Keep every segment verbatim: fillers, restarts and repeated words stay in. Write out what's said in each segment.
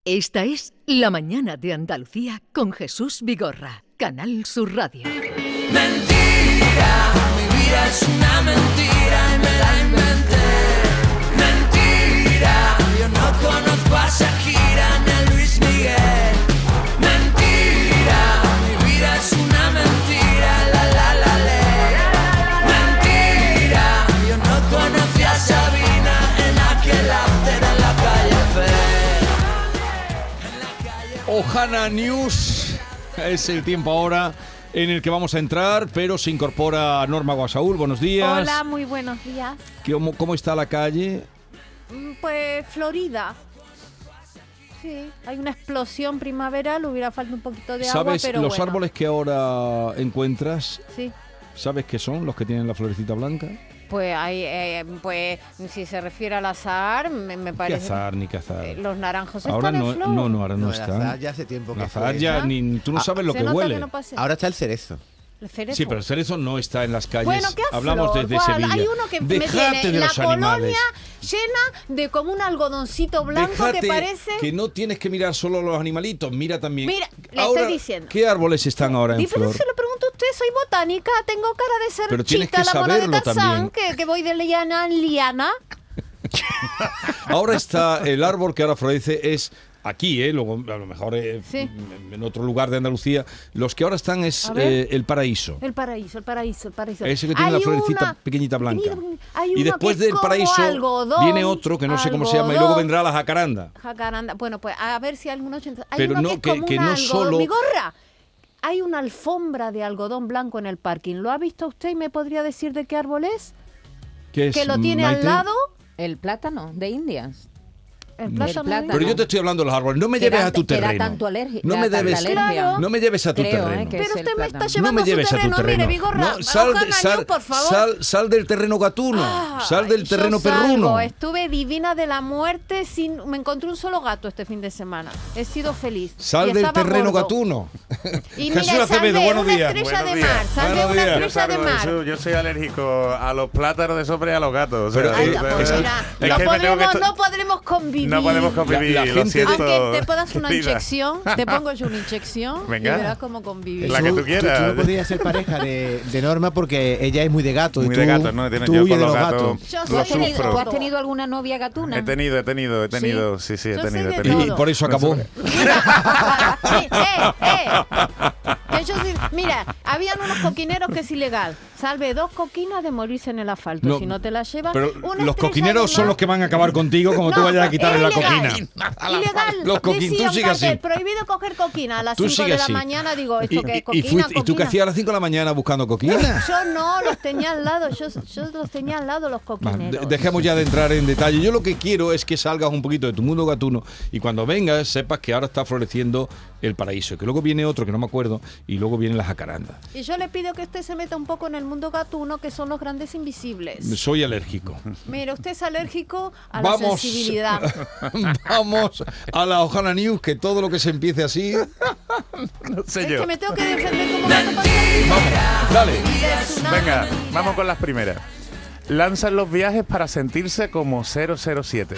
Esta es La Mañana de Andalucía con Jesús Vigorra, Canal Sur Radio. Mentira, mi vida es una mentira y me la inventé. Mentira, yo no conozco a Shakira ni a Luis Miguel. Mentira, mi vida es una mentira, la la la la. Mentira, yo no conocí a Sabina en aquel after en la calle P. Ojana News es el tiempo ahora en el que vamos a entrar, pero se incorpora Norma Guasaúl. Buenos días. Hola, muy buenos días. ¿Cómo, cómo está la calle? Pues Florida. Sí, hay una explosión primaveral, hubiera falta un poquito de agua, ¿Sabes pero los bueno. árboles que ahora encuentras? Sí. ¿Sabes qué son los que tienen la florecita blanca? Pues hay, eh, pues si se refiere al azahar, me, me ¿Qué parece. azahar ni qué azahar? Eh, los naranjos Ahora están no, en flor. no, no, ahora no, No, el están. azahar ya hace tiempo que El azahar fue. ya ¿Ah? ni tú no Ah, sabes lo Se que nota huele. que no pase. Ahora está el cerezo. El cerezo. Sí, pero el cerezo no está en las calles. Bueno, ¿qué Hablamos flor? desde ¿Cuál? Sevilla. Hay uno que Dejate me tiene de la los animales. colonia llena de como un algodoncito blanco Déjate que parece. que no tienes que mirar solo los animalitos, mira también. Mira, le ahora, estoy diciendo. ¿qué árboles están ahora en Y pero flor? se lo pregunto a usted, soy botánica, tengo cara de ser Pero tienes chita, que la mona de saberlo Tarzán, también. que, que voy de liana en liana. Ahora está el árbol que ahora florece es aquí, ¿eh? Luego, a lo mejor eh, Sí. en otro lugar de Andalucía. Los que ahora están es A ver. eh, el paraíso. El paraíso, el paraíso, el paraíso. Ese que tiene Hay la florecita una- pequeñita blanca. pequeñita, hay Y uno después que es del como paraíso algodón, viene otro que no sé cómo se llama y luego algodón. vendrá la jacaranda. Jacaranda. Bueno, pues a ver si alguno ochenta. Hay Pero uno no, que es que- como que un no algodón. solo- Mi gorra. Hay una alfombra de algodón blanco en el parking. ¿Lo ha visto usted y me podría decir de qué árbol es? Que, es, Que lo tiene Maite? al lado. El plátano de Indias. El plátano. plátano. Pero yo te estoy hablando de los árboles. No me Que lleves da- a tu que da terreno. tanto alergia- No da me tanta debes, alergia. no me lleves a tu Creo, terreno. ¿eh? que Pero es usted el me plátano. está No llevando me a su lleves a tu terreno. terreno. Mire, Vigorra, No, sal, de- Ojana sal, News, por favor. sal, sal del terreno gatuno. Ah, sal del yo terreno salgo, perruno. Estuve divina de la muerte sin. Me encontré un solo gato este fin de semana. He sido feliz. Sal Y del estaba terreno gordo. gatuno. Y Jesús mira, Acevedo, salve buenos una días. estrella Buenos de días. mar. Salve Buenos una días. Yo estrella de salgo, mar. Jesús, yo soy alérgico a los plátanos de sombra y a los gatos. o sea, Pero, Anda, eh, pues es que- mira, es no, que me tengo que podremos, esto- no podremos convivir. no podemos convivir, La- la lo gente- siento. Aunque te puedas una querida. inyección, te pongo yo una inyección Venga. y verás cómo convivir. La que tú quieras. Tú, no podrías ser pareja de, de Norma porque ella es muy de gato. Muy y tú, de gatos, ¿no? Tiene- tú yo huyes con de los los gatos gatos. Yo lo soy ¿Tú has, tenido, sufro. tú has tenido alguna novia gatuna? He tenido, he tenido, he tenido, sí, sí, he Yo tenido, soy he de tenido. Y por eso acabó. Mira, sí, eh, eh. Que yo sí- mira, habían unos coquineros que es ilegal. Salve dos coquinas de morirse en el asfalto. No, si no te las llevan. Pero una los estrella coquineros de son mar. los que van a acabar contigo como tú No, vayas a quitarle es la ilegal. coquina. Ilegal. Los coquín, Decía tú un sigue así. cartel, prohibido coger coquina a las Tú cinco sigue de la así. mañana. Digo, ¿esto Y, qué es? y- y Coquina, fuiste- y tú que coquina. hacías a las cinco de la mañana buscando coquina. Yo no, los tenía al lado. Yo, yo los tenía al lado los Va, coquineros. de- dejemos ya de entrar en detalle. Yo lo que quiero es que salgas un poquito de tu mundo gatuno y cuando vengas sepas que ahora está floreciendo el paraíso, que luego viene otro que no me acuerdo y luego viene la jacaranda. Y yo le pido que usted se meta un poco en el mundo gatuno, que son los grandes invisibles. Soy alérgico. Mira, usted es alérgico a Vamos. la sensibilidad. Vamos a la Ojana News, que todo lo que se empiece así. No sé Es yo. que me tengo que defender como gato con el- Vamos, dale. Es una Venga, mentira. vamos con las primeras. Lanzan los viajes para sentirse como cero cero siete.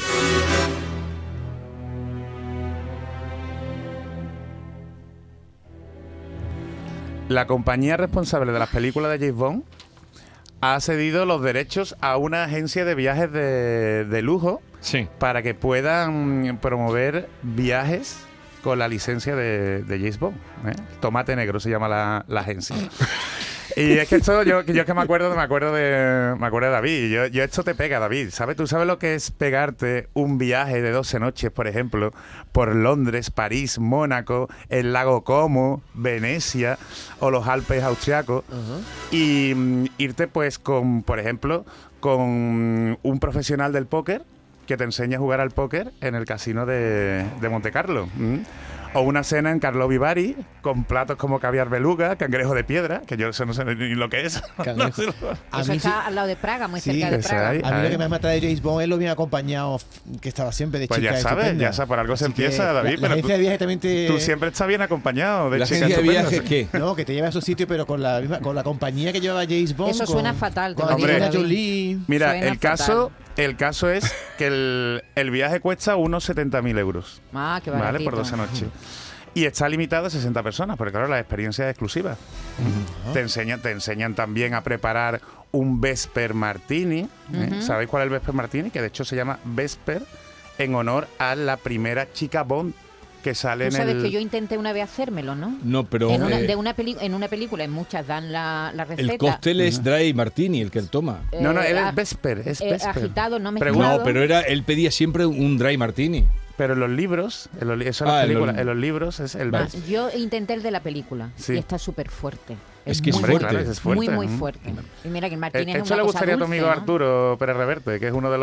La compañía responsable de las películas de James Bond ha cedido los derechos a una agencia de viajes de, de lujo Sí. para que puedan promover viajes con la licencia de, de James Bond. ¿eh? Tomate Negro se llama la, la agencia. Y es que esto, yo, yo es que me acuerdo, me acuerdo de, me acuerdo de David. Yo, yo esto te pega, David. ¿Sabes? ¿Tú sabes lo que es pegarte un viaje de doce noches, por ejemplo, por Londres, París, Mónaco, el lago Como, Venecia o los Alpes austriacos y mm, irte, pues, con, por ejemplo, con un profesional del póker que te enseña a jugar al póker en el casino de, de Monte Carlo? ¿m? O una cena en Carlo Vivari con platos como caviar beluga, cangrejo de piedra, que yo eso no sé ni lo que es. Cangrejo. No sé lo- A Eso mí, sí- está al lado de Praga, muy Sí, cerca de ese Praga. hay. a mí lo Ay. que más mata de James Bond es lo bien acompañado f- que estaba siempre de Pues chica ya sabes, estupenda. ya sabes, por algo se Así que empieza, David, La, la pero agencia tú- de viajes también te... Tú siempre estás bien acompañado de ¿La chicas agencia de estupendas. viajes qué? No, que te lleva a esos sitios, pero con la misma, con la compañía que llevaba James Bond. Eso con- suena fatal, te Con lo digo, Angelina David. Jolie. Mira, Suena el caso, El caso es que el, el viaje cuesta unos setenta mil euros. Ah, qué ¿Vale? baratito. Por doce noches. Y está limitado a sesenta personas, porque claro, la experiencia es exclusiva. Te enseñan, te enseñan también a preparar un Vesper Martini. ¿eh? Ujú. ¿Sabéis cuál es el Vesper Martini? Que de hecho se llama Vesper en honor a la primera chica Bond que sale Tú en sabes el... que yo intenté una vez hacérmelo, ¿no? No, pero en, una, eh, de una peli- en una película, en muchas dan la, la receta. el cóctel es Dry Martini, el que él toma. Eh, No, no, él ah, es Vesper, es eh, Vesper. agitado, no Pregunta- mezclado. No, pero era, él pedía siempre un Dry Martini. Pero en los libros, en los, li- eso en Ah, las en los películas, li- en los libros es el Ah, Vesper. yo intenté el de la película Sí. y está súper fuerte. Es que es muy Hombre, fuerte. claro, es fuerte. Muy, muy Mm. fuerte. Y mira que el Eh, Martínez es Esto una le cosa gustaría a tu dulce, amigo ¿no? Arturo Pérez Reverte, que es uno de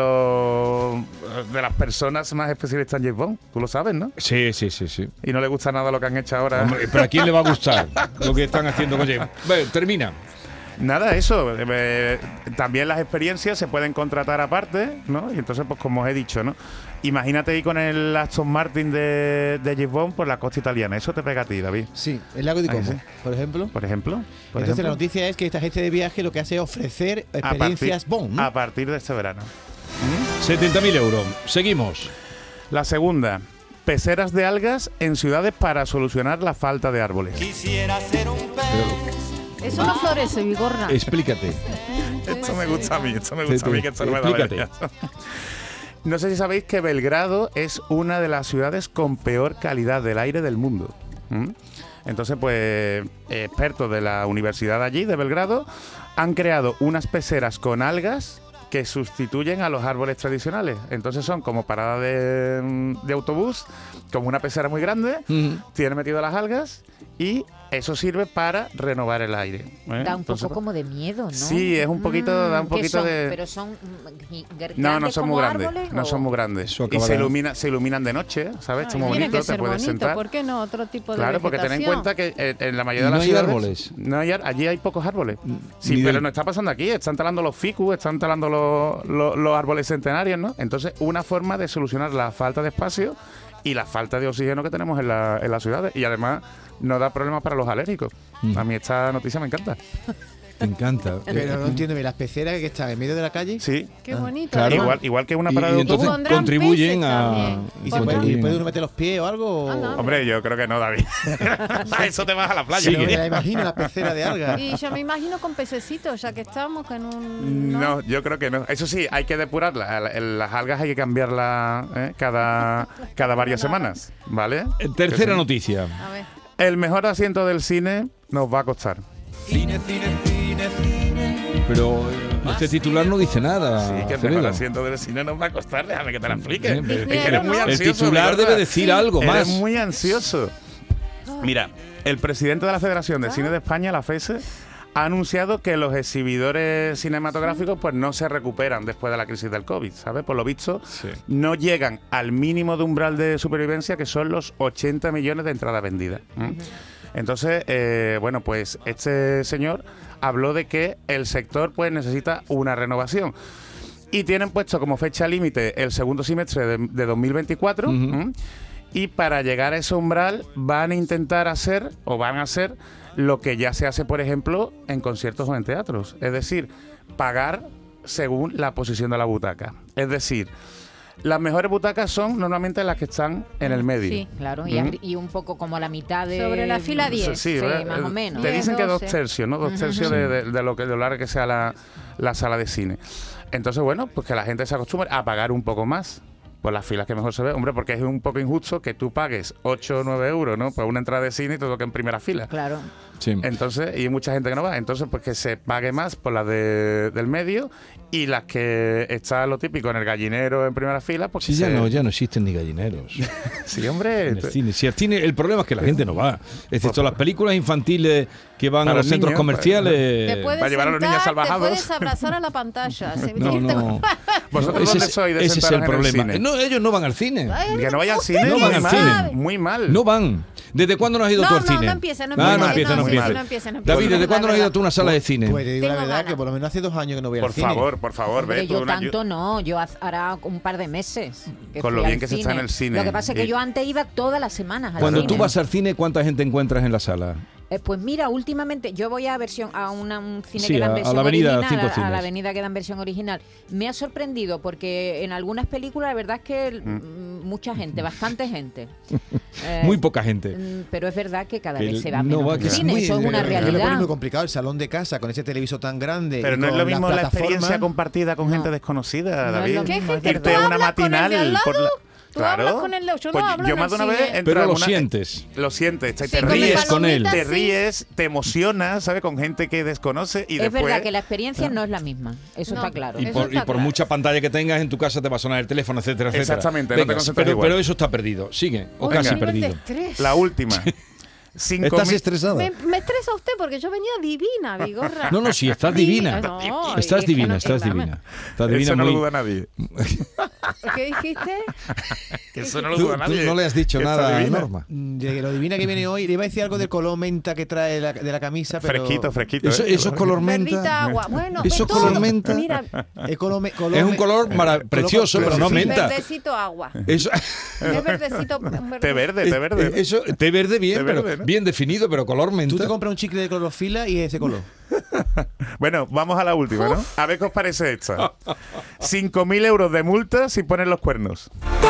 los de las personas más especialistas en James Bond. Tú lo sabes, ¿no? Sí, sí, sí, sí. Y no le gusta nada lo que han hecho ahora. Hombre, pero ¿a quién le va a gustar lo que están haciendo con James? Bueno, termina. Nada, eso. eh, también las experiencias se pueden contratar aparte, ¿no? Y entonces, pues como os he dicho, ¿no? Imagínate ir con el Aston Martin de, de James Bond por la costa italiana. Eso te pega a ti, David. Sí, el lago de Ahí Como, sí. por ejemplo. Por ejemplo. Por Entonces ejemplo, la noticia es que esta agencia de viaje lo que hace es ofrecer a partir- experiencias Bond, ¿no? a partir de este verano. setenta mil euros. Seguimos. La segunda. Peceras de algas en ciudades para solucionar la falta de árboles. Quisiera ser un pez. Eso no florece, Vigorra. Explícate. Esto me gusta a mí, esto me gusta a mí, que esto no me da Explícate. vergüenza. No sé si sabéis que Belgrado es una de las ciudades con peor calidad del aire del mundo. ¿Mm? Entonces, pues, expertos de la universidad de allí, de Belgrado, han creado unas peceras con algas que sustituyen a los árboles tradicionales. Entonces son como paradas de, de autobús, como una pecera muy grande, Ujú. tiene metido las algas y eso sirve para renovar el aire. ¿eh? Da un Entonces, poco como de miedo, ¿no? Sí, es un poquito, da un ¿Qué poquito son? de... Pero son mm, gi- gr- No, no grandes son como muy grandes. árboles, No o- son muy grandes. Eso Y se, acabará- ilumina, se iluminan de noche, ¿sabes? Está muy Tiene bonito, que te ser puedes bonito, sentar. ¿por qué no? Otro tipo de Claro, porque ten en vegetación. cuenta que eh, en la mayoría ¿Y de no las hay ciudades... árboles? No hay ar- allí hay pocos árboles. Sí, Ni pero del- no está pasando aquí. Están talando los ficus, están talando los, los, los árboles centenarios, ¿no? Entonces, una forma de solucionar la falta de espacio y la falta de oxígeno que tenemos en, la, en las ciudades. Y además nos da problemas para los alérgicos. Mm. A mí esta noticia me encanta. Te encanta. Pero no entiendo, ¿las peceras que están en medio de la calle? Sí. Qué bonito. Claro. además. Igual, igual que una Y- parada y de entonces autobús. Pondrán contribuyen peces a... también. ¿Y, se Pondrán- puede, y contribuyen puede a- uno meter los pies o algo? Ah, no. Hombre, yo creo que no, David. Para eso te vas a la playa. Sigue. Yo me la imagino, las peceras de algas. Y yo me imagino con pececitos, ya que estamos en un... No, yo creo que no. Eso sí, hay que depurarlas. La- Las algas hay que cambiarlas ¿eh? cada, cada varias semanas, ¿vale? Eh, Tercera Que sí. noticia. A ver. El mejor asiento del cine nos va a costar. Cine, cine, cine, cine. Pero eh, este titular no dice nada. Sí, que el Acevedo. mejor asiento del cine nos va a costar. Déjame que te la explique. Eh, Es pero- que eres muy El El ansioso. titular Vigorra. debe decir algo Eres más. muy ansioso. Mira, el presidente de la Federación de Cine de España, la FESE, ha anunciado que los exhibidores cinematográficos pues no se recuperan después de la crisis del COVID, ¿sabes? Por lo visto, Sí. no llegan al mínimo de umbral de supervivencia, que son los ochenta millones de entradas vendidas. ¿m? Entonces, eh, bueno, pues este señor habló de que el sector pues necesita una renovación. Y tienen puesto como fecha límite el segundo semestre de, de dos mil veinticuatro. Ujú. ¿m? Y para llegar a ese umbral van a intentar hacer, o van a hacer, lo que ya se hace, por ejemplo, en conciertos o en teatros. Es decir, pagar según la posición de la butaca. Es decir, las mejores butacas son normalmente las que están en el medio. Sí. Claro, y, ¿Mm? arri- y un poco como a la mitad de... Sobre la fila diez. Sí, Sí, ¿verdad? más o Eh, menos. Te diez, dicen que dos doce. tercios, ¿no? Dos Ujú. tercios Sí. de, de- de lo que de lo larga que sea la, la sala de cine. Entonces, bueno, pues que la gente se acostumbre a pagar un poco más. Pues las filas que mejor se ve, hombre, porque es un poco injusto que tú pagues ocho o nueve euros, ¿no? Por una entrada de cine y te toque en primera fila. Claro. Sí. Entonces, y hay mucha gente que no va. Entonces, pues que se pague más por las de, del medio y las que está lo típico en el gallinero en primera fila, pues Sí, que ya se- no, ya no existen ni gallineros Sí, hombre. en el te- cine. Si el cine, el problema es que la gente no va. Excepto las películas infantiles que van Para a los los centros niños, comerciales. Te puedes para llevar a los niños sentar, salvajados. Te puedes abrazar a la pantalla. Se- No, no. ¿Vosotros Ese dónde es- sois de ese es sentaros el en el problema. cine? No, ellos no van al cine. Ay, Que no vaya al usted cine, No muy van al mal, cine. muy mal. No van. ¿Desde cuándo no has ido No, tú al no, cine? no empiece, no Ah, no empiece, empiece, no no, sí, empiece. no empiece, no empiece. David, ¿desde La cuándo no has ido verdad. tú a una sala de cine? Pues te digo la Tengo verdad ganas. que por lo menos hace dos años que no voy Por al cine. favor, por favor, Hombre, ve tú yo una- tanto no, yo haz- hará un par de meses. que Con fui lo bien al que se está en el cine. Lo que pasa es que Y- yo antes iba todas las semanas al Cuando cine. tú vas al cine, ¿cuánta gente encuentras en la sala? Eh, pues mira, últimamente yo voy a versión a una, un cine Sí, que a- dan a versión la avenida original, Cinco a, a Cines. la avenida que dan versión original. Me ha sorprendido porque en algunas películas la verdad es que mm. mucha gente, bastante gente. Eh, Muy poca gente. mm, Pero es verdad que cada Que vez el- se va no, menos va al que es cine, muy- eso es una eh, Yo le pone realidad. muy complicado el salón de casa con ese televisor tan grande. Pero y no es con lo las mismo la experiencia plataformas. compartida con No. gente desconocida, No es David. lo mismo, ¿Qué es gente? verdad. Irte a ¿Tú una hablas con el de matinal al lado? por la... ¿Tú Claro. hablas con el de- yo no Pues hablo yo en más de el una cine. vez entro Pero a lo una- sientes. Lo sientes, te, Sí, te con el ríes con él. palomita, Te sí. ríes, te emocionas, ¿sabes? Con gente que desconoce y Es después... verdad que la experiencia no es la misma, eso No. está claro. Y Eso por, y está por claro. mucha pantalla que tengas en tu casa te va a sonar el teléfono, etcétera, etcétera. Exactamente, no te Venga, concentras pero, igual. pero eso está perdido. Sigue, o Uy, casi qué nivel de perdido. estrés. La última. Cinco ¿Estás mil- estresada? Me, me estresa usted porque yo venía divina, Vigorra. No, no, sí, estás divina. No, Estás es que divina, no- estás dame. divina. Estás divina Eso no lo muy... duda nadie. ¿Qué dijiste? Que eso no lo Tú, duda tú nadie. no le has dicho Que está nada a divina. Norma. Mm, De lo divina que viene hoy. Le iba a decir algo del color menta que trae la- de la camisa, pero... Fresquito, fresquito. Eso, ¿eh? eso es color Verdita menta. agua. Bueno, Eso todo- color menta. Mira, Es, color me- color Es un me- color mara- color- precioso, pero no clorofila. menta. verdecito agua. Eso, Es verdecito. un Té verde, té verde. eh, eso, té verde bien, Té pero verde, ¿no? bien definido, pero color Tú menta. te compras un chicle de clorofila y es ese color. Bueno, vamos a la última, ¿no? A ver qué os parece esta. cinco mil euros de multa si pones los cuernos.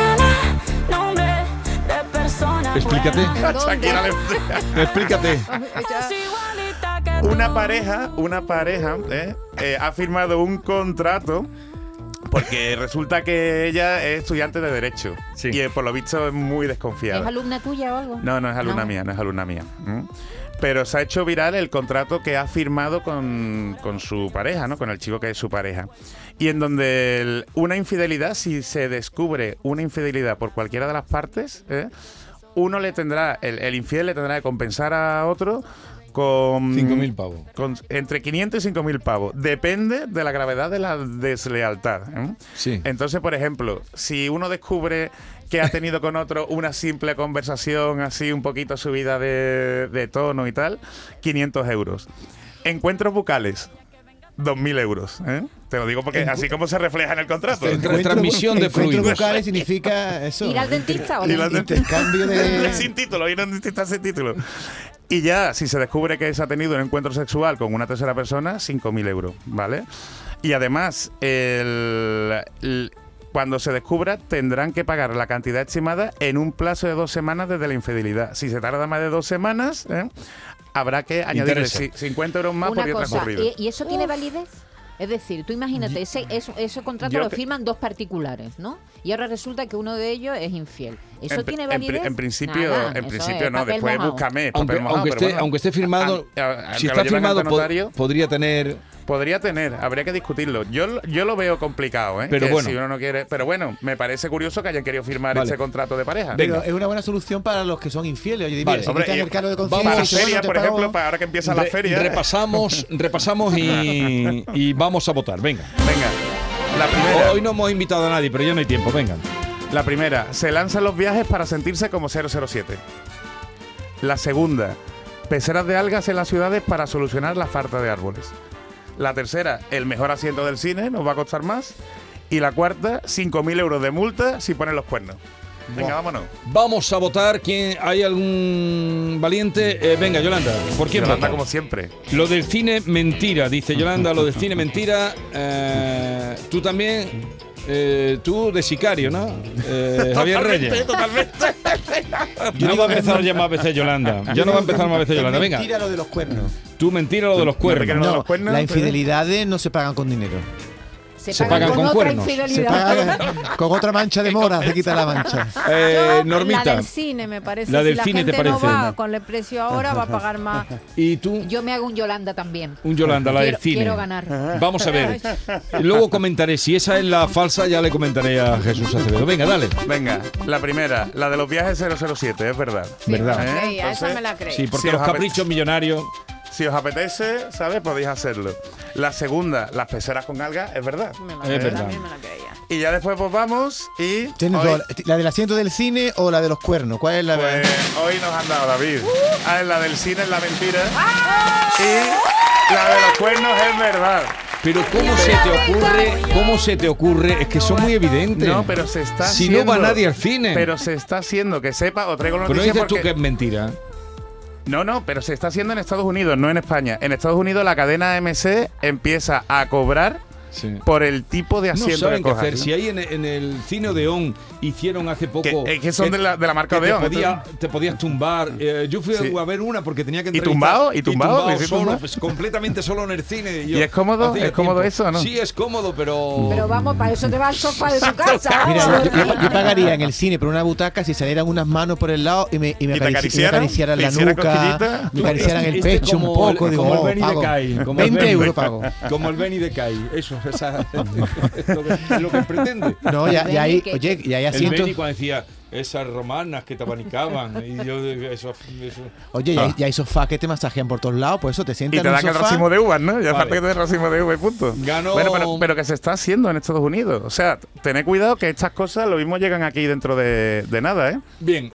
Nombre de persona Explícate, ¿En dónde? Shakira le- explícate. Ya. igualita que tú. Una pareja, una pareja ¿eh? Eh, ha firmado un contrato porque resulta que ella es estudiante de Derecho. Sí. Y eh, por lo visto es muy ¿Es desconfiada. alumna tuya o algo? No, no es alumna No. mía, no es alumna mía. ¿Mm? Pero se ha hecho viral el contrato que ha firmado con, con su pareja, ¿no? Con el chico que es su pareja. Y en donde el- una infidelidad, si se descubre una infidelidad por cualquiera de las partes, ¿eh? uno le tendrá, el, el infiel le tendrá que compensar a otro con... cinco mil pavos. con entre quinientos y cinco mil pavos. Depende de la gravedad de la deslealtad. ¿eh? Sí. Entonces, por ejemplo, si uno descubre que ha tenido con otro una simple conversación así un poquito subida de, de tono y tal, quinientos euros. Encuentros bucales, dos mil euros. ¿eh? Te lo digo porque así como se refleja en el contrato. Entre- transmisión de encuentros fluidos. bucales significa eso. ¿Ir al dentista o Y no? la- Intercambio de... sin título, ir a un dentista sin título. Y ya, si se descubre que se ha tenido un encuentro sexual con una tercera persona, cinco mil euros, ¿vale? Y además, el, el- cuando se descubra, tendrán que pagar la cantidad estimada en un plazo de dos semanas desde la infidelidad. Si se tarda más de dos semanas, ¿eh? habrá que añadirle Interesa. ci- cincuenta euros más Una por día cosa, transcurrido. ¿y, y eso tiene validez? Es decir, tú imagínate, ese, ese, ese contrato Yo lo que- firman dos particulares, ¿no? Y ahora resulta que uno de ellos es infiel. ¿Eso En, tiene en pri- validez? en principio, Nada, en eso principio es no, papel después mojado. búscame Aunque, papel mojado, aunque, pero esté, bueno. aunque esté firmado, A- a- si aunque está lo lleven firmado, ante po- notario, podría tener... podría tener, habría que discutirlo. Yo, lo- yo lo veo complicado, ¿eh? Pero Que bueno. si uno no quiere, pero bueno, me parece curioso que hayan querido firmar Vale. ese contrato de pareja. Venga. Pero es una buena solución para los que son infieles. Oye, Vale. mira, si Hombre, quitas y- el cargo de vamos- conciencia... Para y dices, ferias, bueno, te por pago- ejemplo, para ahora que empieza la Re- feria. Repasamos, repasamos y, y vamos a votar. Venga. Venga, la primera. Hoy no hemos invitado a nadie, pero ya no hay tiempo. Venga. La primera, se lanzan los viajes para sentirse como cero cero siete. La segunda, peceras de algas en las ciudades para solucionar la falta de árboles. La tercera, el mejor asiento del cine, nos va a costar más. Y la cuarta, cinco mil euros de multa si ponen los cuernos. Venga, vámonos. Vamos a votar. ¿Quién, ¿Hay algún valiente? Eh, venga, Yolanda. ¿Por quién Yolanda, vota? como siempre. Lo del cine, mentira, dice Yolanda. Lo del cine, mentira. Eh, tú también. Eh, tú de sicario, ¿no? Eh, Javier Reyes. Totalmente. No va a empezar a llamar más veces Yolanda. Ya no va a empezar más veces Yolanda. Venga. Mentira lo de los cuernos. Tú mentira lo de los No te quedas cuernos. de No, los cuernos, las pero- infidelidades no se pagan con dinero. Se, Se pagan pagan con otra cuernos. Se infidelidad. pagan con otra mancha de mora, se quita la mancha. Eh, Yo, La Normita. del cine, me parece. La Si del la cine, ¿te gente no parece? va con el precio ahora, va a pagar más. Y tú, Yo me hago un Yolanda también. un Yolanda, la quiero, del cine. quiero ganar. Vamos a ver. Luego comentaré. Si esa es la falsa, ya le comentaré a Jesús Acevedo. Venga, dale. Venga, la primera, la de los viajes cero cero siete, es verdad. Sí, ¿Verdad? me la ¿Eh? creía, esa Entonces, me la creía. Sí, porque Si los os apetece- caprichos millonarios. Si os apetece, ¿sabes? Podéis hacerlo. La segunda, las peceras con algas, es verdad. Me la Es creía, verdad. también me la creía. Y ya después pues vamos y ¿Tienes hoy, dos? ¿La del asiento del cine o la de los cuernos? ¿Cuál es la pues, hoy nos han dado David. Ah, la del cine es la mentira. Y la de los cuernos es verdad. Pero ¿cómo se te ocurre? ¿Cómo se te ocurre? Es que son muy evidentes. No, pero se está Si haciendo. no va nadie al cine. Pero se está haciendo, que sepa, o traigo la Pero no noticia dices tú porque que es mentira. No, no, pero se está haciendo en Estados Unidos, no en España. En Estados Unidos la cadena A M C empieza a cobrar Sí. por el tipo de No asiento saben que qué cojas, hacer. ¿no? Si ahí en, en el cine Odeón hicieron hace poco. Que- eh, que son de la- de la marca que te Odeón, podía- entonces. te podías tumbar. Eh, yo fui Sí. a ver una porque tenía que ¿Y entrevistar. tumbado? ¿Y tumbado? ¿Me hiciste solo, tumbar? pues, completamente solo en el cine. ¿Y es cómodo? hacía ¿Es cómodo tiempo. eso o no? Sí, es cómodo, pero. Pero vamos, para eso te va al sofá de tu casa. Mira, vamos. yo, yo- yo pagaría en el cine por una butaca si salieran unas manos por el lado y me, y me, ¿Y te acarici- y me acariciaran? acariciaran ¿Te la hicieran nuca, cosquillitas? me acariciaran el Este pecho un como el- poco. Digo, como el oh, Benny de pago. Kai, como el veinte Benny. euros pago. Como el Benny de Kai. Eso, esa, es lo que, es lo que pretende. No, ya, ya hay, Benny, que- oye, ya hay El asientos. Benny cuando decía esas romanas que te abanicaban. Y yo, eso, eso. Oye, ya, hay, Ah. ya hay sofás que te masajean por todos lados, por eso te sientas Y te en un dan el sofá. racimo de uvas, ¿no? Ya Vale. falta que te den racimo de uvas y punto. Ganó- Bueno, pero, pero que se está haciendo en Estados Unidos. O sea, tened cuidado que estas cosas lo mismo llegan aquí dentro de, de nada, ¿eh? Bien,